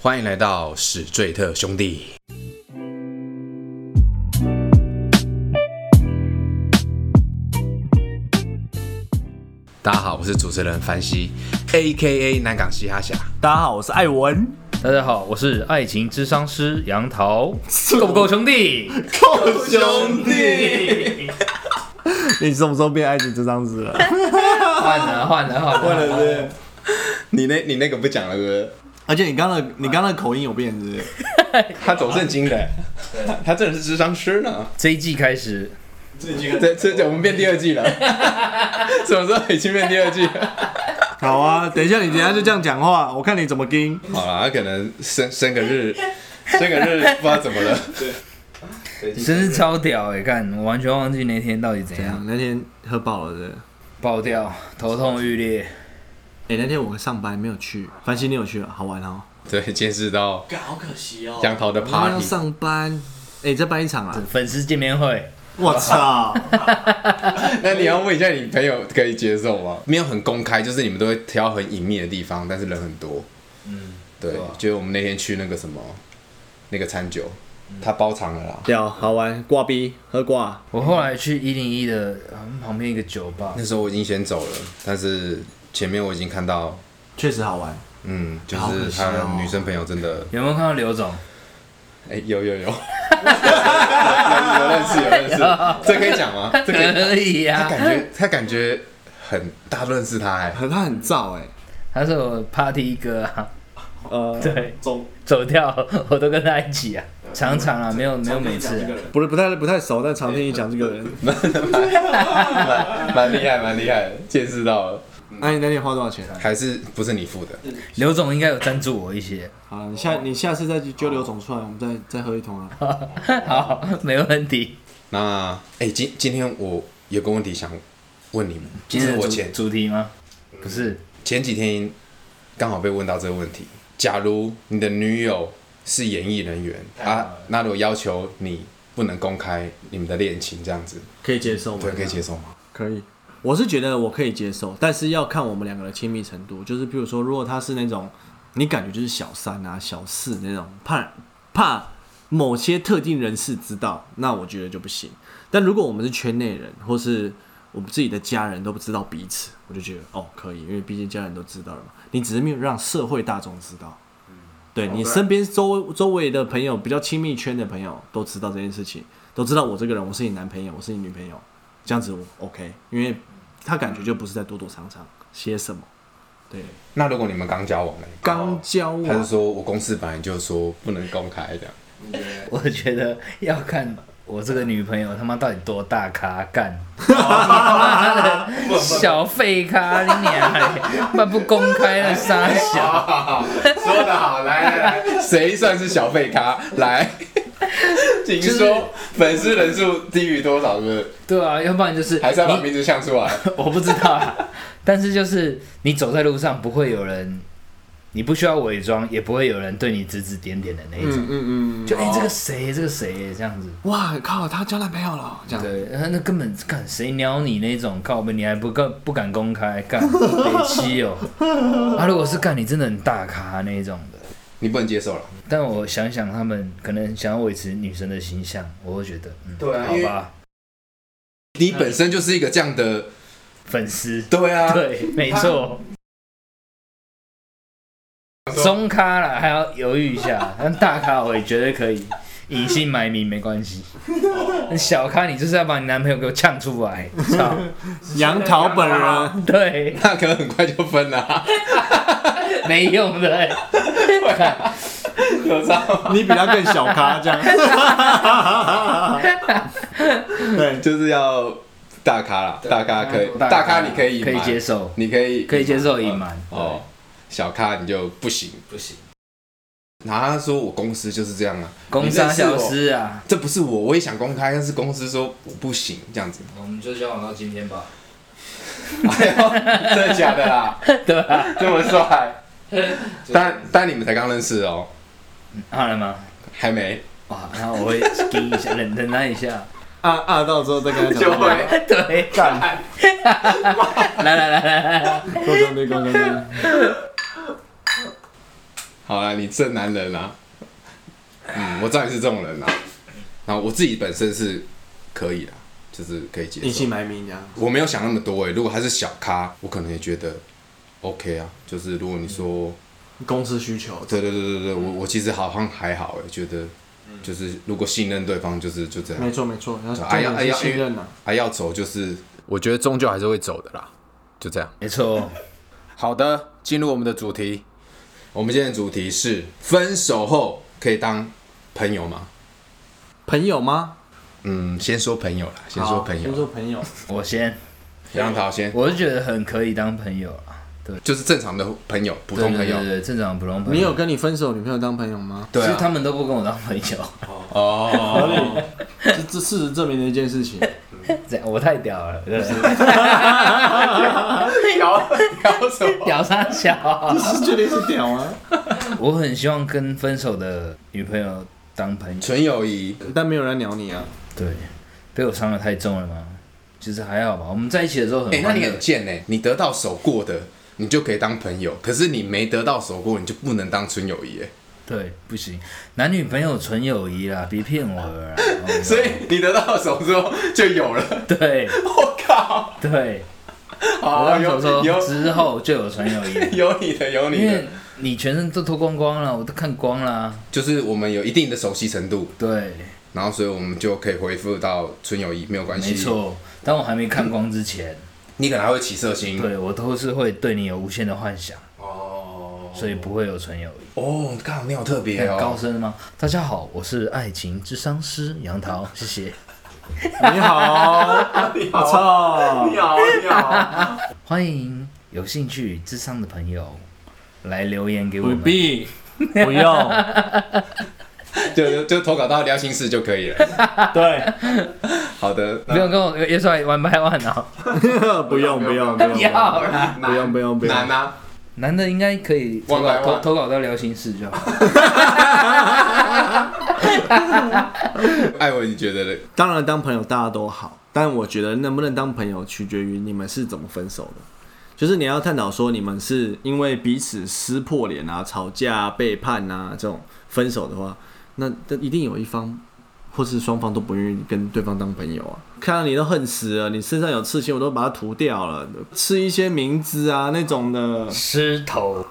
欢迎来到史最特兄弟。大家好，我是主持人凡西 ，A.K.A 南港嘻哈侠。 大家好，我是艾文。 大家好，我是爱情咨商师杨桃。够不够兄弟？ 够兄弟！你什么时候变爱情咨商师了？ 换了， 是不是？ 你那个不讲了是不是？ 而且你刚刚的口音有变是不是？ 他走正经的，他真的是咨商师呢。 这一季开始， 这我们变第二季了，什么时候已经变第二季了？ 好啊，等一下你就这样讲话，我看你怎么跟。 好啦，他可能生个日不知道怎么了。 真是超屌看我完全忘记那天到底怎样。 那天喝爆了的， 爆掉，头痛欲裂。 那天我上班没有去，凡心你有去啊？好玩哦。 对，见识到， 好可惜哦。 杨桃的 party 要上班，再办一场啊！ 粉丝见面会。 我操！ 那你要问一下你朋友可以接受吗？没有很公开，就是你们都会挑很隐秘的地方，但是人很多。对，就是我们那天去那个什么，那个餐酒，他包场了啦。 屌，好玩，挂逼喝挂。 我后来去101的旁边一个酒吧， 那时候我已经先走了，但是前面我已经看到， 确实好玩。 就是他的女生朋友真的。 有没有看到刘总？ 有认识，这可以讲吗？这可以啊。 他感觉很，大家都认识他他很燥他是我 party 哥啊。对，走跳我都跟他一起啊，常啊，没有每次啊， 不太熟，但常听你讲这个人， 蛮厉害的，见识到了。 那你那天花多少钱？ 还是不是你付的？ 刘总应该有赞助我一些。 好，你下次再揪刘总出来，我们再喝一通啊。 好，没问题。 那今天我有个问题想问你们， 今天的主题吗？不是， 前几天刚好被问到这个问题。假如你的女友是演艺人员那如果要求你不能公开你们的恋情，这样子可以接受吗？ 对，可以接受吗？ 可以，我是觉得我可以接受，但是要看我们两个的亲密程度。就是比如说，如果他是那种你感觉就是小三啊、小四那种，怕某些特定人士知道，那我觉得就不行。但如果我们是圈内人，或是我们自己的家人都不知道彼此，我就觉得可以，因为毕竟家人都知道了嘛。你只是没有让社会大众知道，对你身边周围的朋友，比较亲密圈的朋友都知道这件事情，都知道我这个人，我是你男朋友，我是你女朋友，这样子我 OK， 因为他感觉就不是在躲躲藏藏些什么。对， 那如果你们刚交往呢？ 刚交往， 他是说我公司本来就说不能公开这样。 我觉得要看我这个女朋友他妈到底多大咖干，妈的小废咖，你娘不公开那傻小。 说得好，来，谁算是小废咖？来，请说粉丝人数低于多少，是不是？ 对啊，要不然就是还是要把名字呛出来。 我不知道啊，但是就是你走在路上不会有人。你不需要伪装，也不会有人对你指指点点的那一种。就这个谁这样子。哇靠，他交男朋友了，这样。 对，那根本干谁鸟你那种靠背，你还不敢公开干，北七哦。如果是干你真的很大咖那种的， 你不能接受了。 但我想想，他们可能想要维持女生的形象，我会觉得， 对啊， 好吧。 你本身就是一个这样的粉丝。 对啊， 对，没错。中咖啦，还要犹豫一下，但大咖我也绝对可以隐姓埋名没关系。小咖你就是要把你男朋友给我呛出来，操！ 杨桃本人， 对， 那可能很快就分了， 没用的。 有差， 你比他更小咖这样。 对，就是要大咖啦，大咖可以，大咖你可以隐瞒， 可以接受， 你可以接受隐瞒哦。小咖你就不行。然后他说我公司就是这样啊， 公杀小师啊， 这不是我也想公开，但是公司说我不行这样子。 我们就交往到今天吧。 真的假的啦？ 对啊， 这么帅。但你们才刚认识哦。 好了吗？ 还没。 哇，然后我会给一下，忍耐一下。 到之后再跟他讲。 就会对干。来， 够兄弟。 好啦，你正男人啊，我知道你是这种人啊。然后我自己本身是可以啦，就是可以接受。 隐姓埋名这样。 我没有想那么多如果他是小咖，我可能也觉得 OK 啊。就是如果你说公司需求， 对，我其实好像还好觉得就是如果信任对方，就这样。 没错，要信任啊。 要走就是我觉得终究还是会走的啦，就这样。 没错。 好的，进入我们的主题。我们今天的主题是分手后可以当朋友吗？ 朋友吗？ 先说朋友啦，先说朋友。 我先。 杨桃先。 我是觉得很可以当朋友啦。对， 就是正常的朋友，普通朋友。 对，正常普通朋友。 你有跟你分手女朋友当朋友吗？ 对啊。其实他们都不跟我当朋友。 哦。这事实证明的一件事情。 我太屌了，对不对？ 屌什么？ 屌啥小？ 你是确定是屌吗？ 我很希望跟分手的女朋友当朋友， 纯友谊， 但没有人鸟你啊。 对，被我伤得太重了吗？其实还好吧。我们在一起的时候很…… 那你很贱你得到手过的，你就可以当朋友；可是你没得到手过，你就不能当纯友谊对，不行，男女朋友纯友谊啦，别骗我了啦。 所以你得到手之后就有了。 对， 我靠。 对，得到手之后就有纯友谊。 有你的，因为你全身都脱光光了，我都看光了。 就是我们有一定的熟悉程度。 对。 然后所以我们就可以恢复到纯友谊，没有关系。 没错，当我还没看光之前， 你可能还会起色心。 对，我都是会对你有无限的幻想。所以不会有纯友谊。 刚好你好特别很高深吗？大家好，我是爱情諮商師楊桃，謝謝。 你好，你好， 你好。 歡迎有興趣諮商的朋友來留言給我們。 不必，不用。 就投稿到聊心事就可以了。 对， 好的，不用跟我约出来玩拍玩哦。 不用， 要啦， 不用。 难啊。 男的应该可以投稿到聊心事就好。 艾文，你觉得呢？ 当然，当朋友大家都好，但我觉得能不能当朋友取决于你们是怎么分手的。就是你要探讨说，你们是因为彼此撕破脸啊、吵架啊、背叛啊这种分手的话，那一定有一方或是双方都不愿意跟对方当朋友啊。看到你都恨死了，你身上有刺青，我都把它涂掉了，吃一些名字啊那种的， 狮头，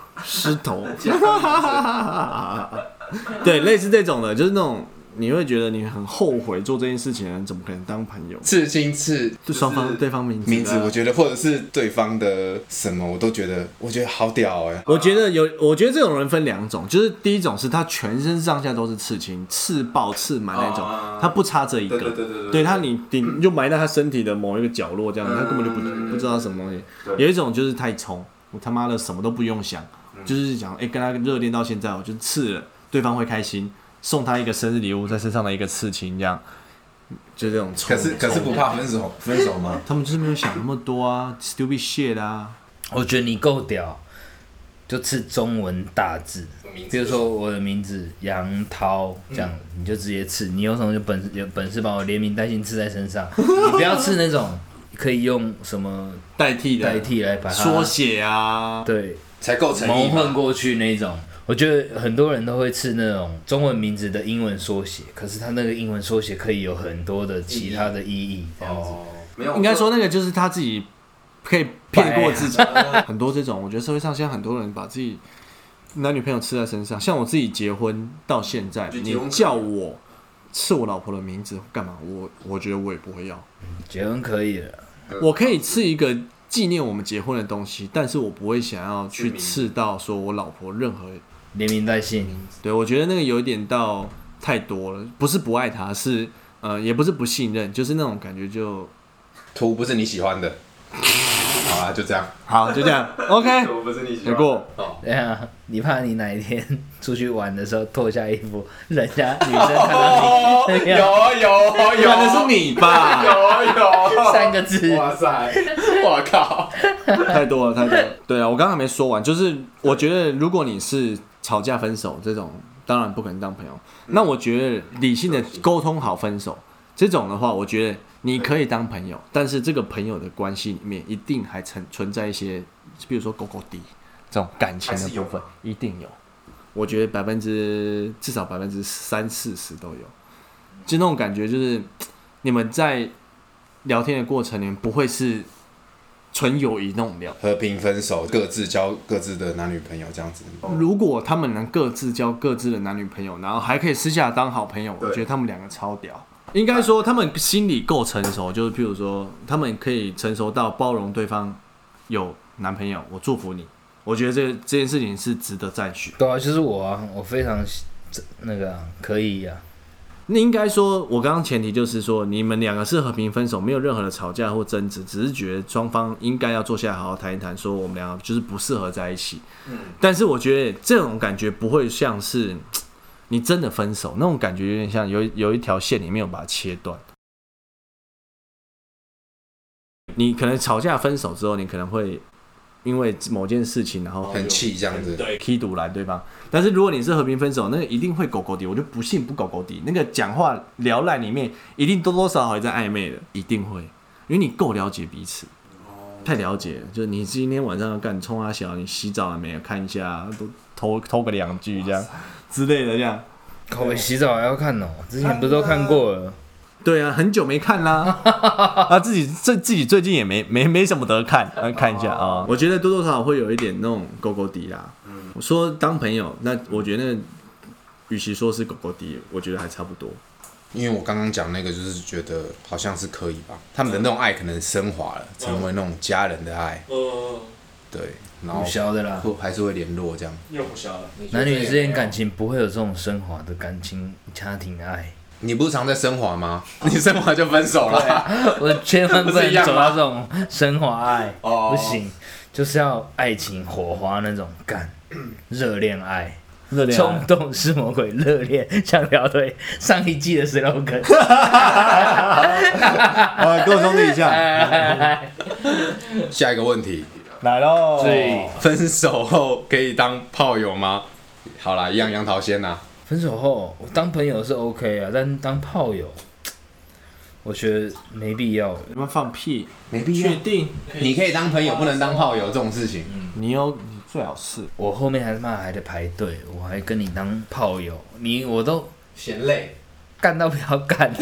对，类似这种的，就是那种你会觉得你很后悔做这件事情的人，怎么可能当朋友？ 刺青刺， 就双方对方名字， 我觉得或者是对方的什么，我觉得好屌我觉得这种人分两种，就是第一种是他全身上下都是刺青，刺爆刺满那种，他不差这一个，对他你就埋在他身体的某一个角落这样，他根本就不知道什么东西。有一种就是太冲，我他妈的什么都不用想，就是讲跟他热恋到现在，我就刺了，对方会开心。送他一个生日礼物，在身上的一个刺青，这样，就这种。 可是不怕分手吗？ 他们就是没有想那么多啊 ，stupid shit 啊！ 我觉得你够屌，就刺中文大字，比如说我的名字杨涛这样，你就直接刺。你有什么有本事把我连名带姓刺在身上？你不要刺那种可以用什么代替来把它缩写啊， 对， 才够诚意蒙混过去那种。我觉得很多人都会刺那种中文名字的英文缩写，可是他那个英文缩写可以有很多的其他的意义，这样子。 没有， 应该说那个就是他自己可以骗过自己。很多这种，我觉得社会上现在很多人把自己男女朋友刺在身上，像我自己结婚到现在，你叫我刺我老婆的名字干嘛？我觉得我也不会要。 结婚可以了， 我可以刺一个纪念我们结婚的东西，但是我不会想要去刺到说我老婆任何连名带姓。 对，我觉得那个有一点到太多了，不是不爱他，是也不是不信任，就是那种感觉就图不是你喜欢的。好啊，就这样。 好，就这样。OK。 图不是你喜欢的。 结果， 对啊，你怕你哪一天出去玩的时候脱下衣服，人家女生看到你， 有，可能是你吧？ 有3个字。 哇塞！我靠！ 太多了。对啊，我刚刚还没说完，就是我觉得如果你是吵架分手这种，当然不可能当朋友。那我觉得理性的沟通好分手这种的话，我觉得你可以当朋友，但是这个朋友的关系里面一定还存在一些，比如说勾勾滴这种感情的部分，一定有。 我觉得至少30-40%都有，就那种感觉，就是你们在聊天的过程，你们不会是纯友谊那种聊， 和平分手，各自交各自的男女朋友这样子。 如果他们能各自交各自的男女朋友，然后还可以私下当好朋友，我觉得他们两个超屌。应该说他们心理够成熟，就是譬如说他们可以成熟到包容对方有男朋友，我祝福你。我觉得这件事情是值得赞许。 对啊，就是我啊，我非常那个、可以啊。 那应该说，我刚刚前提就是说，你们两个是和平分手，没有任何的吵架或争执，只是觉得双方应该要坐下来好好谈一谈，说我们两个就是不适合在一起。但是我觉得这种感觉不会像是你真的分手那种感觉，有点像有一条线你没有把它切断。你可能吵架分手之后，你可能会因为某件事情，然后很气这样子， 踢堵拦对方。但是如果你是和平分手，那个一定会狗狗底，我就不信不狗狗底。那个讲话聊赖里面，一定多多少少也在暧昧的，一定会，因为你够了解彼此，太了解了。就是你今天晚上要干冲啊小，你洗澡了没有？看一下，都偷个2句这样之类的这样。 靠北洗澡还要看哦，之前不是都看过了。 对啊，很久没看啦，自己最近也没什么得看，看一下啊。我觉得多多少少会有一点那种狗狗底啦。我说当朋友，那我觉得与其说是狗狗底，我觉得还差不多。 因为我刚刚讲那个，就是觉得好像是可以吧，他们的那种爱可能升华了，成为那种家人的爱。对，然后不晓得啦， 还是会联络这样。 又不晓得， 男女之间感情不会有这种升华的感情、家庭的爱。 你不是常在升华吗？你升华就分手了。 我千万不能走到这种升华爱， 哦不行，就是要爱情火花那种干热恋爱。冲动是魔鬼，热恋像条腿。上一季的 slogan。 跟我兄弟一下。 下一个问题来喽。 分手后可以当炮友吗？好啦，一样杨桃先啦。 分手后，我当朋友是 OK 啊，但当炮友，我觉得没必要。 你们放屁， 没必要。 确定？ 你可以当朋友，不能当炮友这种事情。 你最好是。 我后面还得排队，我还跟你当炮友，我都嫌累， 干到不要干了。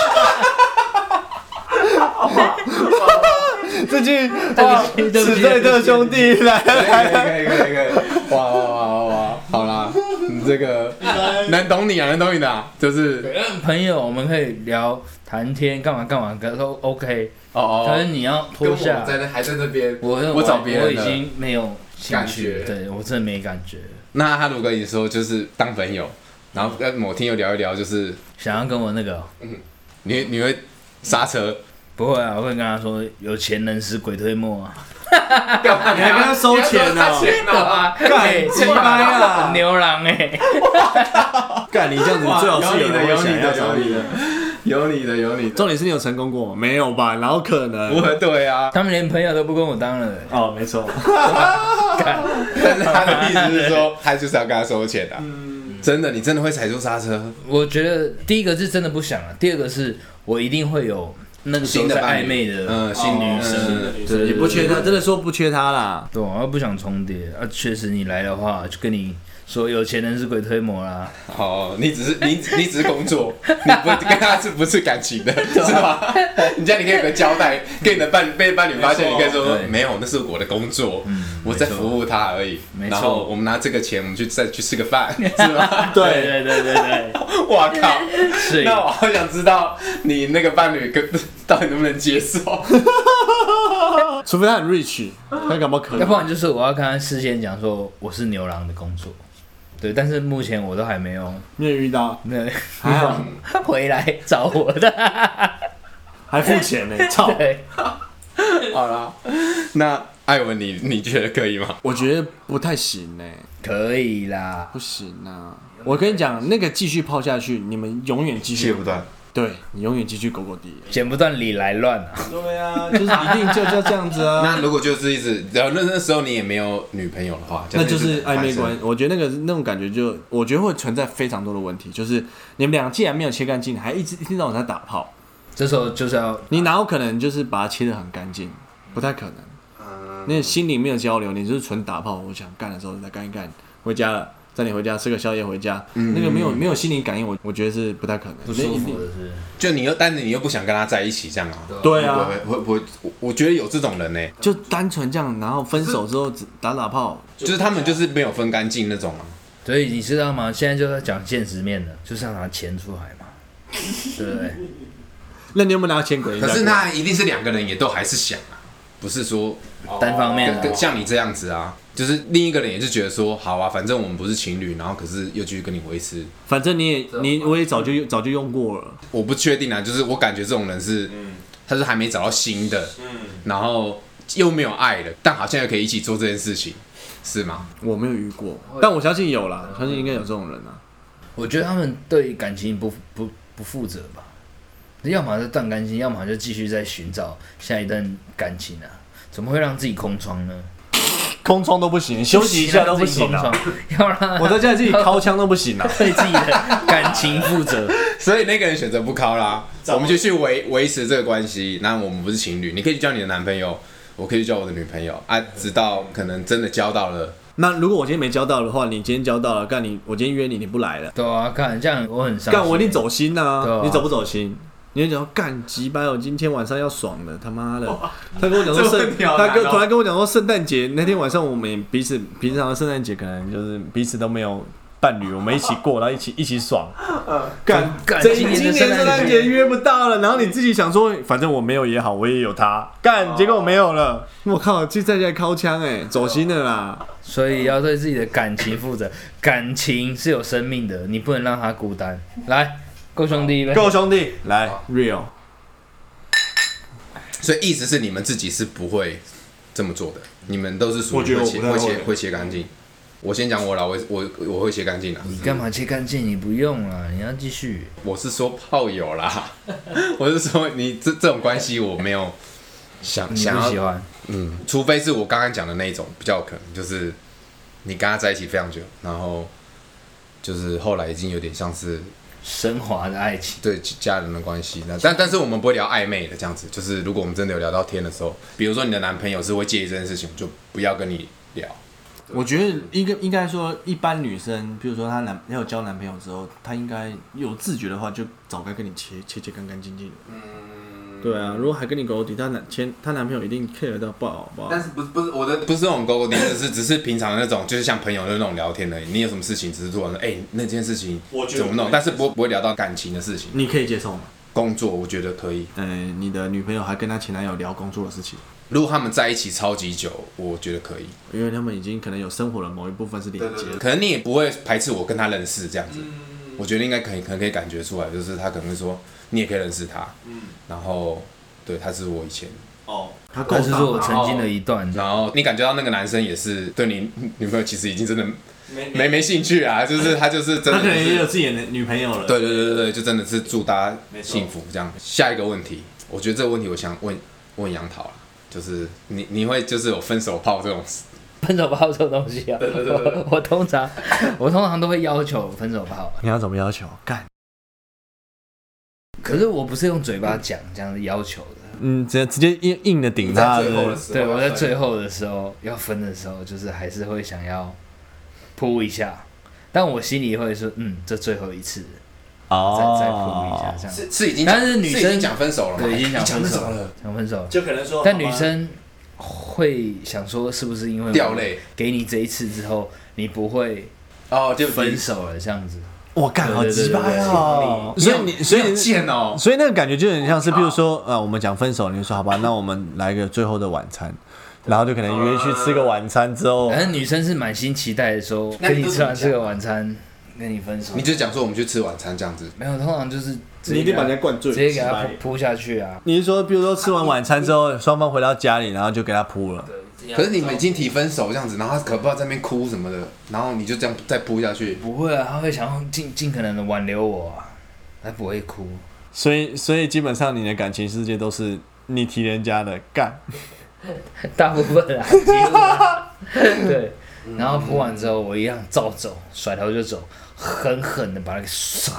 这句对不起， 对的兄弟来， 可以，哇，好啦，你这个能懂你啊，就是朋友，我们可以聊谈天，干嘛都 OK。可是你要脱下， 还在那边， 我找别人我已经没有感觉， 对我真的没感觉。 那他如果跟你说就是当朋友，然后跟某天又聊一聊，就是想要跟我那个， 你会刹车？ 不会啊，我会跟他说有钱能使鬼推磨啊。 干嘛？你还跟他收钱呢？干鸡掰啊！ 牛郎哎！ 干你这样子最好是有你的。 重点是你有成功过吗？没有吧？哪有可能？ 不会，对啊， 他们连朋友都不跟我当了。 哦，没错。 但是他的意思是说，他就是要跟他收钱的。真的，你真的会踩住刹车？ 我觉得第一个是真的不想了，第二个是我一定会有那个时候在暧昧的新女生， 对，也不缺他，真的说不缺他啦。 对，我不想重叠啊。确实你来的话，就跟你说有钱人是鬼推磨啦。 哦，你只是工作，你不跟他不是感情的，是吧？你这样你可以有个交代，跟你的被伴侣发现，你可以说没有，那是我的工作，我在服务他而已。然后我们拿这个钱，我们再去吃个饭，是吧？ 对。 哇靠！那我好想知道你那个伴侣到底能不能接受？ 除非他很 rich， 他敢不可能？ 要不然就是我要跟他事先讲说我是牛郎的工作。对，但是目前我都还没有遇到， 没有还好回来找我的， 还付钱呢，操！ 好啦，那艾文你觉得可以吗？ 我觉得不太行呢。 可以啦， 不行啊！我跟你讲，那个继续泡下去，你们永远继续切不断。 对，你永远继续狗狗地， 剪不断理来乱啊。 对啊，就是一定就这样子啊。 那如果就是一直，然后那时候你也没有女朋友的话， 那就是暧昧关系。我觉得那种感觉我觉得会存在非常多的问题，就是你们俩既然没有切干净，还一天到晚在打炮， 这时候就是要你哪有可能就是把它切得很干净？不太可能。那心里没有交流，你就是纯打炮。我想干的时候再干一干，回家了载你回家吃个宵夜回家，那个没有心灵感应，我觉得是不太可能， 不舒服的是。 就但是你又不想跟他在一起，这样啊？ 对啊， 我觉得有这种人呢， 就单纯这样，然后分手之后只打炮， 就是他们就是没有分干净那种啊。 所以你知道吗？现在就在讲现实面的，就是要拿钱出来嘛，对不对？ 那你有没有拿钱给人家？ 可是那一定是2个人也都还是想啊，不是说单方面的， 像你这样子啊，就是另一个人也是觉得说，好啊，反正我们不是情侣，然后可是又继续跟你维持。 反正我也早就用过了。 我不确定啊，就是我感觉这种人是，他是还没找到新的，然后又没有爱了，但好像又可以一起做这件事情，是吗？ 我没有遇过，但我相信有啦，我相信应该有这种人啊。 我觉得他们对感情不负责吧，要么就断干净，要么就继续在寻找下一段感情啊，怎么会让自己空窗呢？ 空窗都不行，休息一下都不行啊！ 要让我在家里自己敲枪都不行啊！ 对自己的感情负责。 所以那个人选择不敲啦，我们就去维持这个关系。那我们不是情侣，你可以去交你的男朋友，我可以去交我的女朋友啊，直到可能真的交到了。 那如果我今天没交到的话，你今天交到了，干你，我今天约你，你不来了。 对啊，干这样我很伤心。 干我一定走心啊！ 啊你走不走心？你就讲干鸡掰，我今天晚上要爽了，他妈的！他跟我讲说突然跟我讲说圣诞节那天晚上我们彼此平常的圣诞节可能就是彼此都没有伴侣，我们一起过，然后一起爽。干今年圣诞节约不到了，然后你自己想说，反正我没有也好，我也有他。干，结果我没有了，我靠，就在家靠枪走心了啦。 所以要对自己的感情负责，感情是有生命的，你不能让他孤单。来。够兄弟呗！ 够兄弟，来 real。 所以意思是你们自己是不会这么做的，你们都是属于会切干净。我先讲我啦，我会切干净啦。 你干嘛切干净？你不用啦，你要继续。 我是说炮友啦，我是说你这种关系我没有想要喜欢。 除非是我刚刚讲的那一种比较有可能，就是你跟他在一起非常久，然后就是后来已经有点像是。 升华的爱情， 对家人的关系，但是我们不会聊暧昧的这样子，就是如果我们真的有聊到天的时候，比如说你的男朋友是会介意这件事情，我就不要跟你聊。 我觉得应该说，一般女生，比如说她有交男朋友之后，她应该有自觉的话，就早该跟你切干干净净的。对啊，如果还跟你勾勾搭，她男朋友一定 care 到爆，好不好？ 但是不是我的不是那种勾勾搭，只是平常的那种，就是像朋友的那种聊天而已。你有什么事情，只是做那件事情怎么弄，但是不会聊到感情的事情。 你可以接受吗？ 工作我觉得可以。 你的女朋友还跟她前男友聊工作的事情？ 如果他们在一起超级久，我觉得可以， 因为他们已经可能有生活的某一部分是连接。 对，可能你也不会排斥我跟他认识这样子。我觉得应该可以感觉出来，就是他可能会说，你也可以认识他。然后。对，他是我以前他是我曾经的一段， 然后你感觉到那个男生也是对你女朋友其实已经真的没兴趣啊，就是他就是真的、就是， 他可能也有自己的女朋友了。 对，就真的是祝大家幸福这样。下一个问题，我觉得这个问题我想问杨桃啦，就是你会就是有分手炮这种分手炮这种东西啊？对，我通常都会要求分手炮。 你要怎么要求？干。 可是我不是用嘴巴讲这样的要求的， 直接硬的顶他。 对，我在最后的时候要分的时候，就是还是会想要扑一下，但我心里会说，这最后一次，再扑一下这样。 是已经， 但是女生已经讲分手了吗？ 对，已经讲分手了， 讲分手， 就可能说， 但女生会想说，是不是因为掉泪给你这一次之后，你不会就分手了这样子？ 我干，好鸡巴哦！所以贱哦！ 所以那个感觉就很像是，比如说，我们讲分手，你就说好吧，那我们来个最后的晚餐，然后就可能约去吃个晚餐之后， 反正女生是满心期待的说，跟你吃完这个晚餐，跟你分手。 你就讲说我们去吃晚餐这样子， 没有，通常就是你一定把人家灌醉， 直接给他扑下去啊！ 你是说，比如说吃完晚餐之后，双方回到家里，然后就给他扑了。 可是你们已经提分手这样子，然后他可不知道在那边哭什么的，然后你就这样再扑下去。 不会啊，他会想要尽可能的挽留我啊，他不会哭。 所以基本上你的感情世界都是你提人家的干， 大部分啊，几乎啊对。然后扑完之后，我一样照走，甩头就走，狠狠的把他给甩。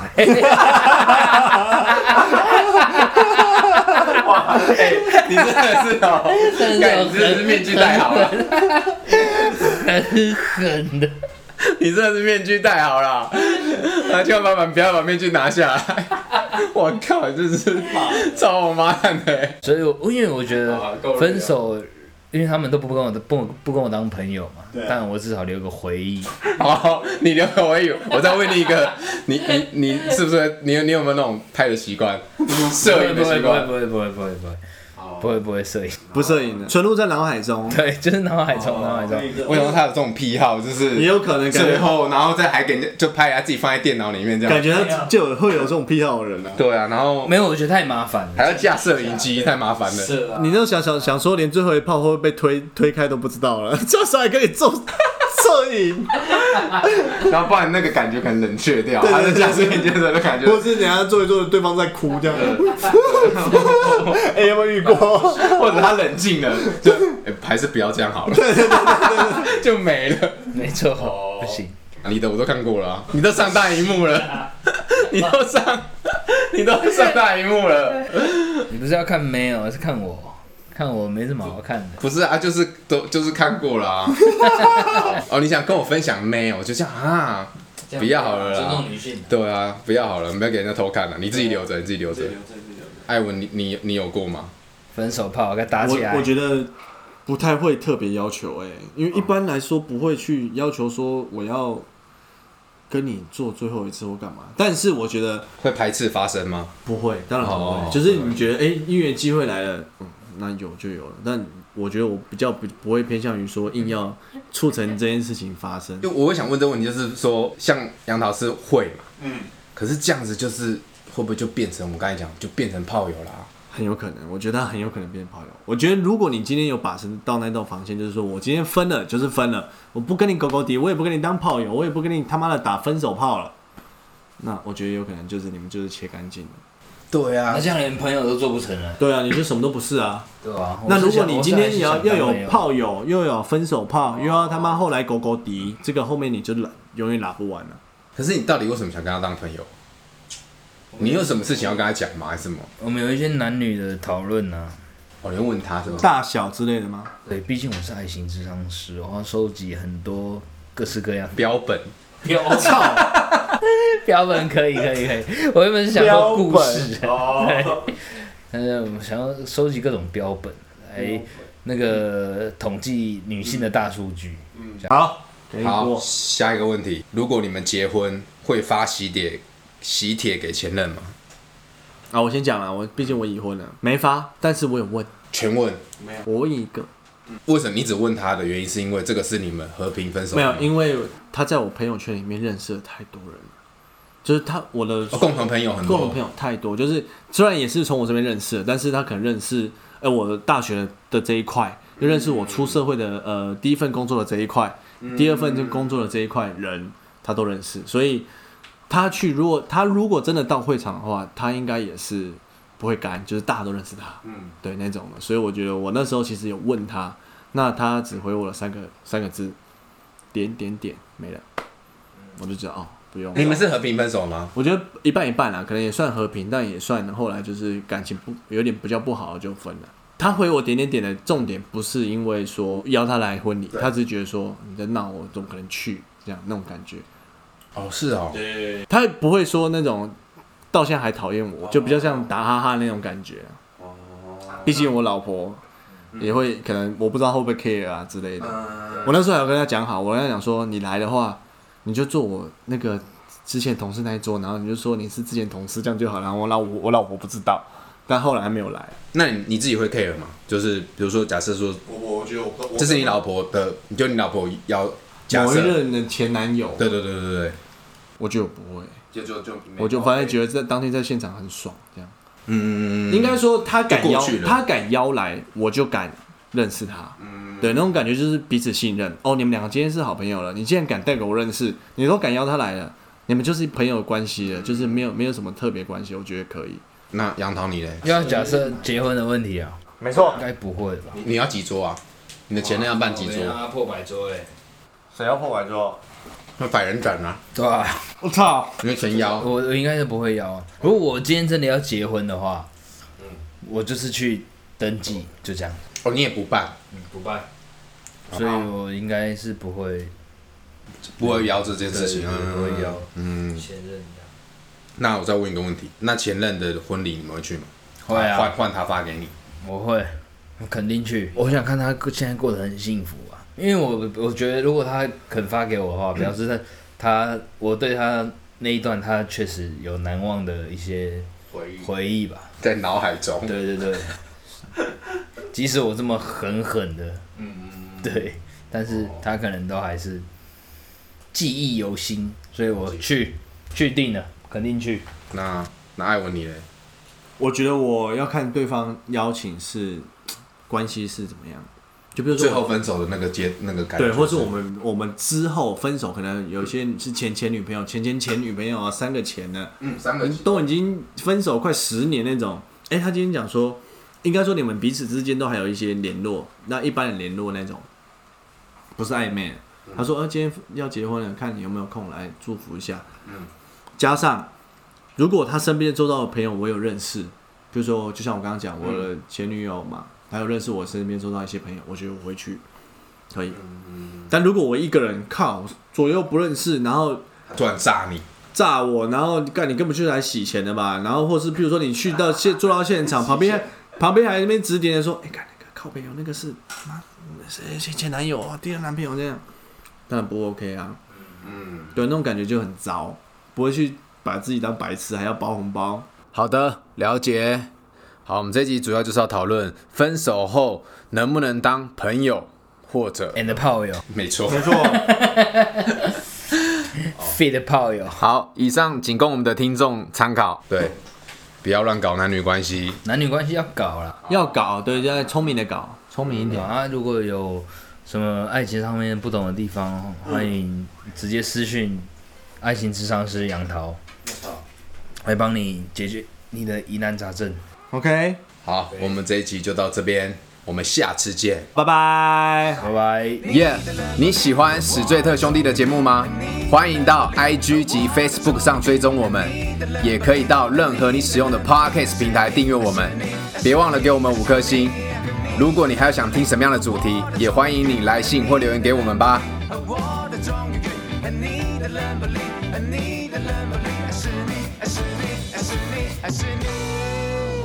哇，你真的是哦，你真的是面具戴好了， 狠狠的。 你真的是面具戴好了，千万不要把面具拿下来。我靠，真是超我妈蛋的。 所以因为我觉得分手，因为他们都不跟我当朋友嘛，但我至少留个回忆。 好，你留个回忆。我再问你一个，你是不是你有没有那种拍的习惯？摄影的习惯？ 不会摄影， 不摄影的，存入在脑海中。 对，就是脑海中。 为什么他有这种癖好？就是也有可能最后，然后再还给人家就拍他自己放在电脑里面这样。 感觉他就会有这种癖好的人啊。 对啊，然后没有，我觉得太麻烦了， 还要架摄影机，太麻烦了。 是啊， 你那想说，连最后一炮会不会被推开都不知道了，这时候还跟你做摄影， 然后不然那个感觉可能冷却掉，他在架摄影机的时候就感觉， 或是人家做一做，对方在哭这样。哎，有没有遇过？ 或者他冷静了，就还是不要这样好了，就没了。 没错，不行。 你的我都看过了，你都上大荧幕了，你都上大荧幕了。 你不是要看没有，是看我没什么好看的。 不是啊，就是看过了啊。哦，你想跟我分享没有？就这样啊，不要好了啦。 尊重女性。 对啊，不要好了，不要给人家偷看了，你自己留着，艾文，你有过吗？ 分手炮该打起来。 我觉得不太会特别要求因为一般来说不会去要求说我要跟你做最后一次或干嘛。但是我觉得会排斥发生吗？ 不会，当然不会。就是你觉得因缘机会来了，那有就有了。但我觉得我比较不会偏向于说硬要促成这件事情发生。 就我会想问这个问题，就是说像杨桃是会嘛，可是这样子就是会不会就变成我刚才讲，就变成炮友啦？ 很有可能，我觉得他很有可能变炮友。我觉得如果你今天有把持到那道防线，就是说我今天分了就是分了，我不跟你狗狗敌，我也不跟你当炮友，我也不跟你他妈的打分手炮了。那我觉得有可能就是你们就是切干净了。 对啊， 那这样连朋友都做不成了。 对啊，你就什么都不是啊。 对啊。 那如果你今天要有炮友，又有分手炮，又要他妈后来狗狗敌，这个后面你就永远拉不完了。 可是你到底为什么想跟他当朋友？你有什么事情要跟他讲吗？还是什么？ 我们有一些男女的讨论啊。 哦，你会问他是吗？ 大小之类的吗？ 对，毕竟我是爱情智商师，我要收集很多各式各样标本。 我操！标本可以，我原本是想说故事，对，我想要收集各种标本来那个统计女性的大数据。 好， 下一个问题，如果你们结婚，会发喜帖给前任吗？ 啊，我先讲了，毕竟我已婚了，没发，但是我有问， 全问， 没有，我问一个。 为什么你只问他的原因是因为这个是你们和平分手？ 没有，因为他在我朋友圈里面认识了太多人了，就是我的共同朋友很多， 共同朋友太多，就是虽然也是从我这边认识的，但是他可能认识我大学的这一块，又认识我出社会的第一份工作的这一块，第二份工作的这一块人，他都认识，所以他如果真的到会场的话，他应该也是不会干，就是大家都认识他，对那种的。所以我觉得我那时候其实有问他，那他只回我了三个字，点没了，我就知道不用。 你们是和平分手吗？ 我觉得一半一半啦，可能也算和平，但也算后来就是感情有点比较不好就分了。他回我点的重点不是因为说邀他来婚礼，他只是觉得说你在闹我怎么可能去这样那种感觉。 哦，是哦， 对，他不会说那种到现在还讨厌我，就比较像打哈哈那种感觉。毕竟我老婆也会可能我不知道会不会 care 啊之类的。我那时候还有跟他讲好，我跟他讲说你来的话，你就坐我那个之前同事那一桌，然后你就说你是之前同事，这样就好了。然后我老婆不知道，但后来还没有来。 那你自己会 care 吗？就是比如说假设说，我觉得这是你老婆的，就你老婆要假设某一任的前男友。 对， 我觉得我不会，我就反正觉得在当天在现场很爽，这样。应该说他敢邀来，我就敢认识他。对，那种感觉就是彼此信任。哦，你们两个今天是好朋友了，你既然敢带给我认识，你都敢邀他来了，你们就是朋友的关系了，就是没有什么特别关系，我觉得可以。 那杨桃你嘞？ 要假设结婚的问题啊？ 没错， 应该不会吧？ 你要几桌啊？你的前任要办几桌？ 要破100桌哎！ 谁要破100桌？ 那100人展啊！ 对啊， 我操！ 因为全邀， 我应该是不会邀啊。如果我今天真的要结婚的话，我就是去登记，就这样。 哦，你也不办？ 不办。所以我应该是不会不会邀这件事情， 不会邀前任这样。 那我再问一个问题，那前任的婚礼你们会去吗？ 会啊， 换他发给你。 我会，我肯定去。我想看他现在过得很幸福啊，因为我觉得如果他肯发给我的话，表示我对他那一段他确实有难忘的一些回忆吧， 在脑海中。 对对对，即使我这么狠的，对，但是他可能都还是记忆犹新，所以我去定了，肯定去。 那艾文你嘞？ 我觉得我要看对方邀请是关系是怎么样，就比如说最后分手的那个感觉， 对，或是我们之后分手，可能有些是前女朋友、前女朋友啊，3个前的 ，3个都已经分手快10年那种。他今天讲说，应该说你们彼此之间都还有一些联络，那一般人联络那种，不是暧昧。他说，今天要结婚了，看你有没有空来祝福一下。加上如果他身边周遭的朋友我有认识，比如说就像我刚刚讲我的前女友嘛，还有认识我身边周遭一些朋友，我觉得我会去，可以。但如果我一个人靠左右不认识，然后突然炸我，然后干你根本就是来洗钱的嘛，然后或是比如说你去到坐到现场，旁边还那边指点的说，干那个靠北有那个是谁前男友第二男朋友这样，当然不 OK 啊。对，那种感觉就很糟，不会去把自己当白痴，还要包红包。 好的，了解。好，我们这集主要就是要讨论分手后能不能当朋友或者 and 炮友， 没错 ，fit 炮友。 好，以上仅供我们的听众参考。对，不要乱搞男女关系。 男女关系要搞啦， 要搞，对，要聪明的搞，聪明一点。 如果有什么爱情上面不懂的地方，欢迎直接私讯爱情咨商师杨桃，来帮你解决你的疑难杂症。 OK， 好，我们这一集就到这边，我们下次见， 拜拜， 拜拜。 耶！你喜欢史最特兄弟的节目吗？欢迎到 IG 及 Facebook 上追踪我们，也可以到任何你使用的 Podcast 平台订阅我们。别忘了给我们5颗星。如果你还有想听什么样的主题，也欢迎你来信或留言给我们吧。 是你。